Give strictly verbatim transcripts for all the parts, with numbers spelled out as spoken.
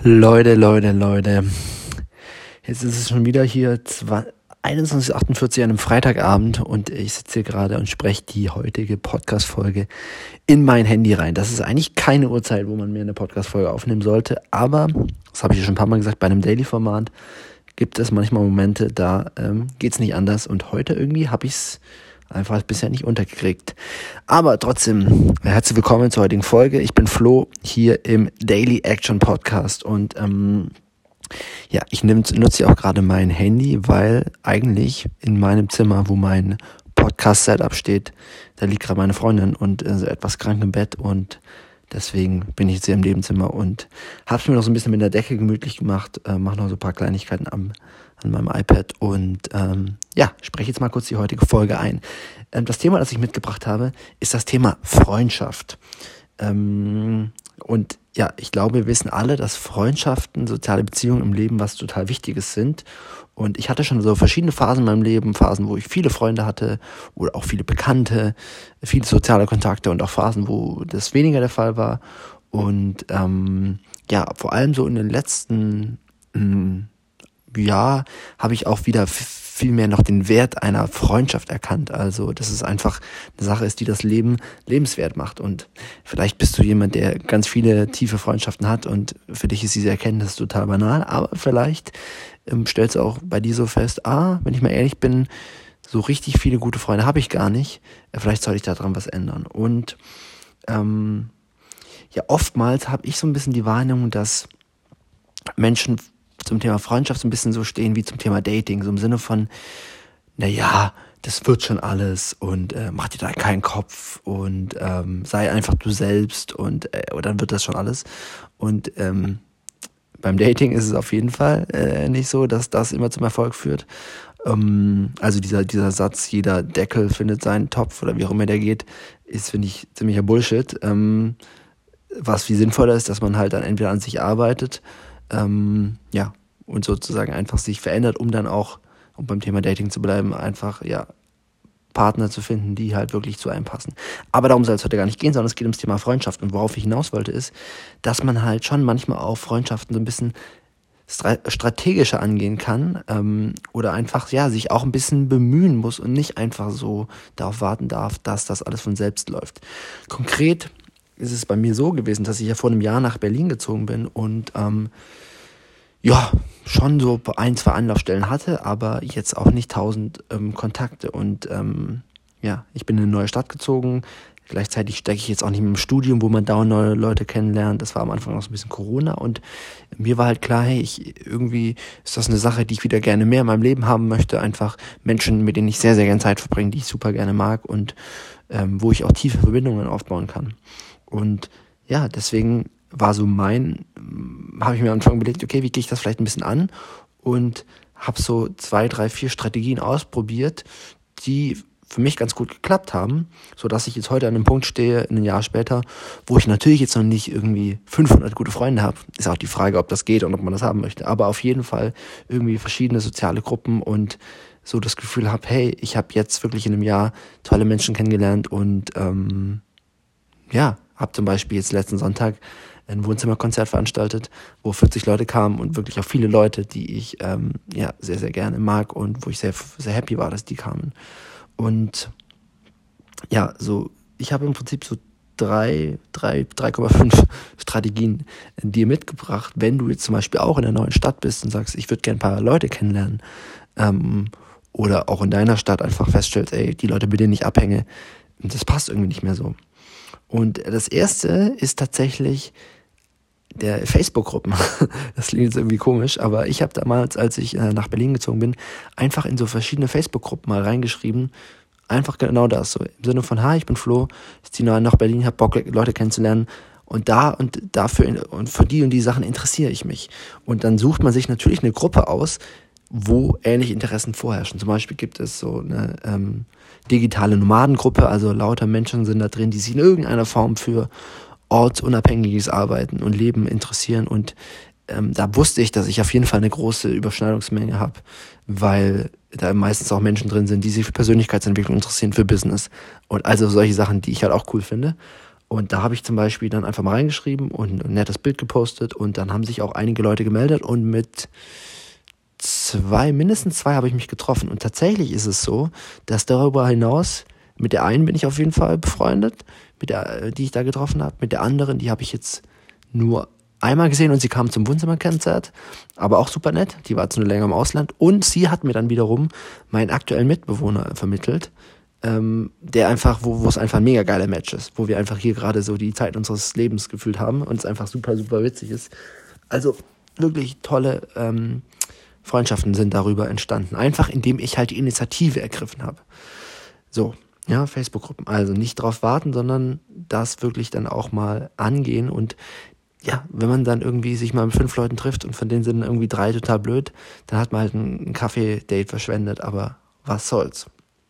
Leute, Leute, Leute. Jetzt ist es schon wieder hier einundzwanzig Uhr achtundvierzig an einem Freitagabend und ich sitze hier gerade und spreche die heutige Podcast-Folge in mein Handy rein. Das ist eigentlich keine Uhrzeit, wo man mir eine Podcast-Folge aufnehmen sollte, aber, das habe ich ja schon ein paar Mal gesagt, bei einem Daily-Format gibt es manchmal Momente, da ähm, geht's nicht anders und heute irgendwie habe ich es einfach bisher nicht untergekriegt. Aber trotzdem, herzlich willkommen zur heutigen Folge. Ich bin Flo, hier im Daily Action Podcast und ähm, ja, ich nehm, nutze ja auch gerade mein Handy, weil eigentlich in meinem Zimmer, wo mein Podcast-Setup steht, da liegt gerade meine Freundin und äh, etwas krank im Bett und deswegen bin ich jetzt hier im Nebenzimmer und habe es mir noch so ein bisschen mit der Decke gemütlich gemacht, äh, mache noch so ein paar Kleinigkeiten am, an meinem iPad und ähm, ja, spreche jetzt mal kurz die heutige Folge ein. Ähm, das Thema, das ich mitgebracht habe, ist das Thema Freundschaft. Ähm, und ja, ich glaube, wir wissen alle, dass Freundschaften, soziale Beziehungen im Leben was total Wichtiges sind. Und ich hatte schon so verschiedene Phasen in meinem Leben, Phasen, wo ich viele Freunde hatte oder auch viele Bekannte, viele soziale Kontakte und auch Phasen, wo das weniger der Fall war. Und ähm, ja, vor allem so in den letzten mh, Jahr habe ich auch wieder viel mehr noch den Wert einer Freundschaft erkannt. Also, dass es einfach eine Sache ist, die das Leben lebenswert macht. Und vielleicht bist du jemand, der ganz viele tiefe Freundschaften hat und für dich ist diese Erkenntnis total banal, aber vielleicht ähm, stellst du auch bei dir so fest, ah, wenn ich mal ehrlich bin, so richtig viele gute Freunde habe ich gar nicht. Vielleicht soll ich daran was ändern. Und ähm, ja, oftmals habe ich so ein bisschen die Wahrnehmung, dass Menschen zum Thema Freundschaft so ein bisschen so stehen wie zum Thema Dating, so im Sinne von, naja, das wird schon alles und äh, mach dir da keinen Kopf und ähm, sei einfach du selbst und äh, und dann wird das schon alles. Und ähm, beim Dating ist es auf jeden Fall äh, nicht so, dass das immer zum Erfolg führt. Ähm, also dieser dieser Satz, jeder Deckel findet seinen Topf oder wie auch immer der geht, ist, finde ich, ziemlicher Bullshit. Ähm, was viel sinnvoller ist, dass man halt dann entweder an sich arbeitet, Ähm, ja, und sozusagen einfach sich verändert, um dann auch, um beim Thema Dating zu bleiben, einfach, ja, Partner zu finden, die halt wirklich zu einem passen. Aber darum soll es heute gar nicht gehen, sondern es geht ums Thema Freundschaft. Und worauf ich hinaus wollte, ist, dass man halt schon manchmal auch Freundschaften so ein bisschen stra- strategischer angehen kann, ähm, oder einfach, ja, sich auch ein bisschen bemühen muss und nicht einfach so darauf warten darf, dass das alles von selbst läuft. Konkret ist es bei mir so gewesen, dass ich ja vor einem Jahr nach Berlin gezogen bin und ähm, ja, schon so ein, zwei Anlaufstellen hatte, aber jetzt auch nicht tausend ähm, Kontakte. Und ähm, ja, ich bin in eine neue Stadt gezogen. Gleichzeitig stecke ich jetzt auch nicht mehr im Studium, wo man dauernd neue Leute kennenlernt. Das war am Anfang noch so ein bisschen Corona und mir war halt klar, hey, ich, irgendwie ist das eine Sache, die ich wieder gerne mehr in meinem Leben haben möchte. Einfach Menschen, mit denen ich sehr, sehr gerne Zeit verbringe, die ich super gerne mag und ähm, wo ich auch tiefe Verbindungen aufbauen kann. Und ja, deswegen war so mein, habe ich mir am Anfang überlegt, okay, wie gehe ich das vielleicht ein bisschen an und habe so zwei, drei, vier Strategien ausprobiert, die für mich ganz gut geklappt haben, so dass ich jetzt heute an einem Punkt stehe, ein Jahr später, wo ich natürlich jetzt noch nicht irgendwie fünfhundert gute Freunde habe. Ist auch die Frage, ob das geht und ob man das haben möchte, aber auf jeden Fall irgendwie verschiedene soziale Gruppen und so das Gefühl habe, hey, ich habe jetzt wirklich in einem Jahr tolle Menschen kennengelernt und ähm, ja, habe zum Beispiel jetzt letzten Sonntag ein Wohnzimmerkonzert veranstaltet, wo vierzig Leute kamen und wirklich auch viele Leute, die ich ähm, ja sehr, sehr gerne mag und wo ich sehr, sehr happy war, dass die kamen. Und ja, so ich habe im Prinzip so drei, drei, drei Komma fünf Strategien dir mitgebracht, wenn du jetzt zum Beispiel auch in einer neuen Stadt bist und sagst, ich würde gerne ein paar Leute kennenlernen, ähm, oder auch in deiner Stadt einfach feststellst, ey, die Leute, mit denen ich abhänge, das passt irgendwie nicht mehr so. Und das erste ist tatsächlich der Facebook-Gruppen. Das klingt jetzt irgendwie komisch, aber ich habe damals, als ich äh, nach Berlin gezogen bin, einfach in so verschiedene Facebook-Gruppen mal reingeschrieben, einfach genau das, so im Sinne von, hi, ich bin Flo, ich ziehe nach Berlin, habe Bock, Leute kennenzulernen und da und dafür und für die und die Sachen interessiere ich mich. Und dann sucht man sich natürlich eine Gruppe aus, wo ähnliche Interessen vorherrschen. Zum Beispiel gibt es so eine ähm, digitale Nomadengruppe, also lauter Menschen sind da drin, die sich in irgendeiner Form für ortsunabhängiges Arbeiten und Leben interessieren und ähm, da wusste ich, dass ich auf jeden Fall eine große Überschneidungsmenge habe, weil da meistens auch Menschen drin sind, die sich für Persönlichkeitsentwicklung interessieren, für Business und also solche Sachen, die ich halt auch cool finde. Und da habe ich zum Beispiel dann einfach mal reingeschrieben und ein nettes Bild gepostet und dann haben sich auch einige Leute gemeldet und mit zwei, mindestens zwei habe ich mich getroffen. Und tatsächlich ist es so, dass darüber hinaus, mit der einen bin ich auf jeden Fall befreundet, mit der, die ich da getroffen habe, mit der anderen, die habe ich jetzt nur einmal gesehen und sie kam zum Wohnzimmerkonzert, aber auch super nett, die war jetzt nur länger im Ausland und sie hat mir dann wiederum meinen aktuellen Mitbewohner vermittelt, ähm, der einfach, wo, wo es einfach ein mega geiler Match ist, wo wir einfach hier gerade so die Zeit unseres Lebens gefühlt haben und es einfach super, super witzig ist. Also wirklich tolle ähm, Freundschaften sind darüber entstanden, einfach indem ich halt die Initiative ergriffen habe. So, ja, Facebook-Gruppen, also nicht drauf warten, sondern das wirklich dann auch mal angehen und ja, wenn man dann irgendwie sich mal mit fünf Leuten trifft und von denen sind irgendwie drei total blöd, dann hat man halt ein Kaffee-Date verschwendet, aber was soll's.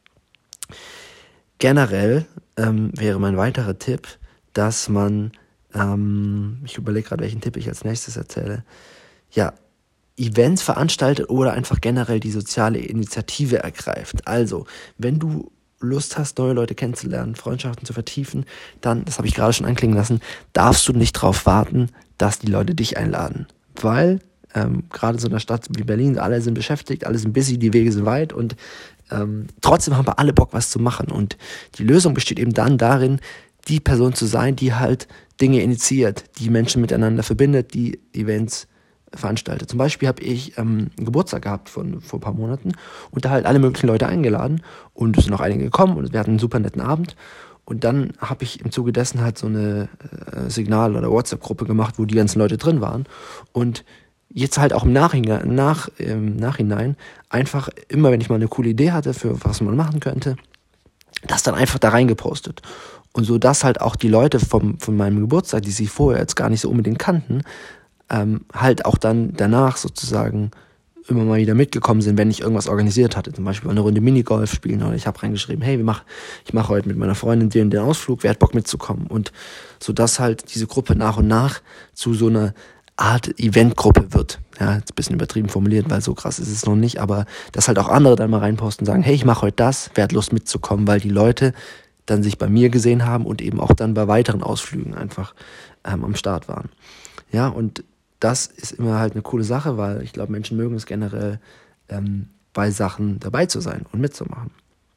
Generell ähm, wäre mein weiterer Tipp, dass man, ähm, ich überlege gerade, welchen Tipp ich als nächstes erzähle, ja, Events veranstaltet oder einfach generell die soziale Initiative ergreift. Also, wenn du Lust hast, neue Leute kennenzulernen, Freundschaften zu vertiefen, dann, das habe ich gerade schon anklingen lassen, darfst du nicht drauf warten, dass die Leute dich einladen. Weil ähm, gerade so in einer Stadt wie Berlin, alle sind beschäftigt, alle sind busy, die Wege sind weit und ähm, trotzdem haben wir alle Bock, was zu machen. Und die Lösung besteht eben dann darin, die Person zu sein, die halt Dinge initiiert, die Menschen miteinander verbindet, die Events veranstaltet. Zum Beispiel habe ich ähm, einen Geburtstag gehabt von, vor ein paar Monaten und da halt alle möglichen Leute eingeladen und es sind auch einige gekommen und wir hatten einen super netten Abend und dann habe ich im Zuge dessen halt so eine äh, Signal- oder WhatsApp-Gruppe gemacht, wo die ganzen Leute drin waren und jetzt halt auch im Nachhinein, nach, im Nachhinein einfach immer, wenn ich mal eine coole Idee hatte, für was man machen könnte, das dann einfach da reingepostet. Und so, dass halt auch die Leute vom, von meinem Geburtstag, die sie vorher jetzt gar nicht so unbedingt kannten, ähm, halt auch dann danach sozusagen immer mal wieder mitgekommen sind, wenn ich irgendwas organisiert hatte. Zum Beispiel eine Runde Minigolf spielen oder ich habe reingeschrieben, hey, wir mach, ich mache heute mit meiner Freundin den, den Ausflug, wer hat Bock mitzukommen? Und so, dass halt diese Gruppe nach und nach zu so einer Art Eventgruppe wird. Ja, jetzt ein bisschen übertrieben formuliert, weil so krass ist es noch nicht, aber dass halt auch andere dann mal reinposten und sagen, hey, ich mache heute das, wer hat Lust mitzukommen, weil die Leute dann sich bei mir gesehen haben und eben auch dann bei weiteren Ausflügen einfach ähm, am Start waren. Ja, und das ist immer halt eine coole Sache, weil ich glaube, Menschen mögen es generell, ähm, bei Sachen dabei zu sein und mitzumachen.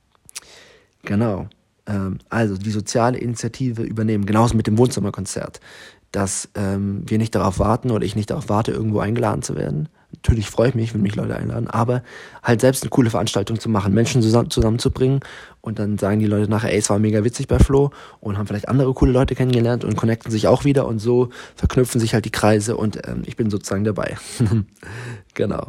Genau. Ähm, also die soziale Initiative übernehmen, genauso mit dem Wohnzimmerkonzert, dass ähm, wir nicht darauf warten oder ich nicht darauf warte, irgendwo eingeladen zu werden. Natürlich freue ich mich, wenn mich Leute einladen, aber halt selbst eine coole Veranstaltung zu machen, Menschen zusammen, zusammenzubringen und dann sagen die Leute nachher, ey, es war mega witzig bei Flo und haben vielleicht andere coole Leute kennengelernt und connecten sich auch wieder und so verknüpfen sich halt die Kreise und ähm, ich bin sozusagen dabei. Genau.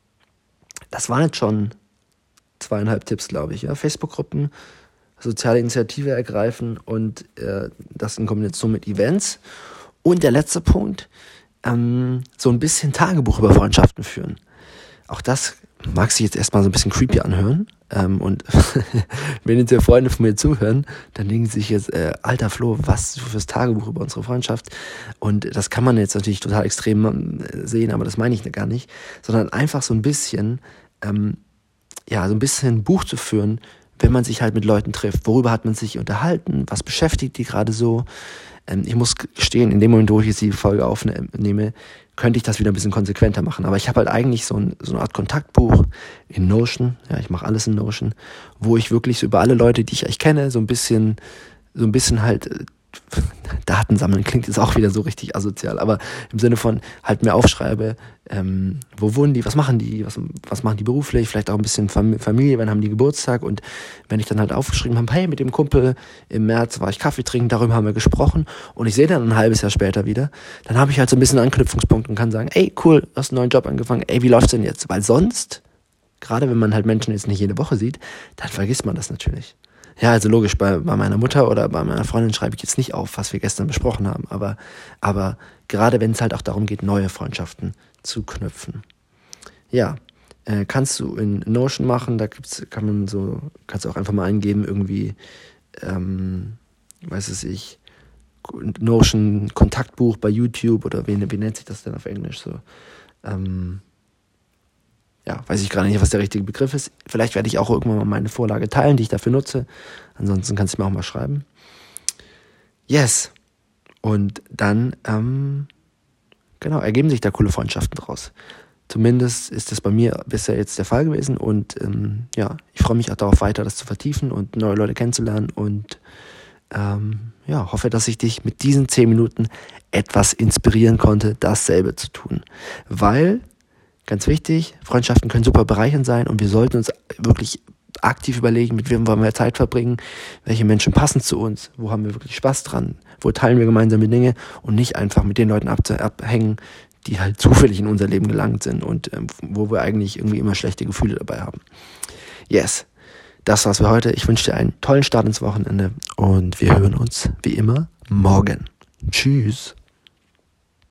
Das waren jetzt schon zweieinhalb Tipps, glaube ich. Ja? Facebook-Gruppen, soziale Initiative ergreifen und äh, das in Kombination mit Events. Und der letzte Punkt, ähm, so ein bisschen Tagebuch über Freundschaften führen. Auch das mag sich jetzt erstmal so ein bisschen creepy anhören. Ähm, und wenn jetzt ja Freunde von mir zuhören, dann denken sie sich jetzt, äh, alter Flo, was fürs Tagebuch über unsere Freundschaft? Und das kann man jetzt natürlich total extrem sehen, aber das meine ich gar nicht. Sondern einfach so ein bisschen, ähm, ja, so ein bisschen ein Buch zu führen, wenn man sich halt mit Leuten trifft. Worüber hat man sich unterhalten? Was beschäftigt die gerade so? Ähm, ich muss gestehen, in dem Moment, wo ich jetzt die Folge aufnehme, könnte ich das wieder ein bisschen konsequenter machen. Aber ich habe halt eigentlich so, ein, so eine Art Kontaktbuch in Notion. Ja, ich mache alles in Notion, wo ich wirklich so über alle Leute, die ich eigentlich kenne, so ein bisschen, so ein bisschen halt äh, Daten sammeln, klingt jetzt auch wieder so richtig asozial, aber im Sinne von halt mir aufschreibe, ähm, wo wohnen die, was machen die, was, was machen die beruflich, vielleicht auch ein bisschen Fam- Familie, wann haben die Geburtstag und wenn ich dann halt aufgeschrieben habe, hey, mit dem Kumpel im März war ich Kaffee trinken, darüber haben wir gesprochen und ich sehe dann ein halbes Jahr später wieder, dann habe ich halt so ein bisschen Anknüpfungspunkt und kann sagen, ey, cool, du hast einen neuen Job angefangen, ey, wie läuft's denn jetzt? Weil sonst, gerade wenn man halt Menschen jetzt nicht jede Woche sieht, dann vergisst man das natürlich. Ja, also logisch, bei, bei meiner Mutter oder bei meiner Freundin schreibe ich jetzt nicht auf, was wir gestern besprochen haben, aber, aber gerade wenn es halt auch darum geht, neue Freundschaften zu knüpfen. Ja, äh, kannst du in Notion machen, da gibt's, kann man so, kannst du auch einfach mal eingeben, irgendwie, ähm, weiß es ich, Notion Kontaktbuch bei YouTube oder wie, wie nennt sich das denn auf Englisch so, ähm, ja, weiß ich gerade nicht, was der richtige Begriff ist. Vielleicht werde ich auch irgendwann mal meine Vorlage teilen, die ich dafür nutze. Ansonsten kannst du mir auch mal schreiben. yes. Und dann, ähm, genau, ergeben sich da coole Freundschaften draus. Zumindest ist das bei mir bisher jetzt der Fall gewesen und ähm, ja, ich freue mich auch darauf weiter, das zu vertiefen und neue Leute kennenzulernen und ähm, ja, hoffe, dass ich dich mit diesen zehn Minuten etwas inspirieren konnte, dasselbe zu tun. Weil, ganz wichtig, Freundschaften können super bereichernd sein und wir sollten uns wirklich aktiv überlegen, mit wem wollen wir Zeit verbringen, welche Menschen passen zu uns, wo haben wir wirklich Spaß dran, wo teilen wir gemeinsame Dinge und nicht einfach mit den Leuten abhängen, die halt zufällig in unser Leben gelangt sind und ähm, wo wir eigentlich irgendwie immer schlechte Gefühle dabei haben. Yes, das war's für heute. Ich wünsche dir einen tollen Start ins Wochenende und wir hören uns wie immer morgen. Tschüss.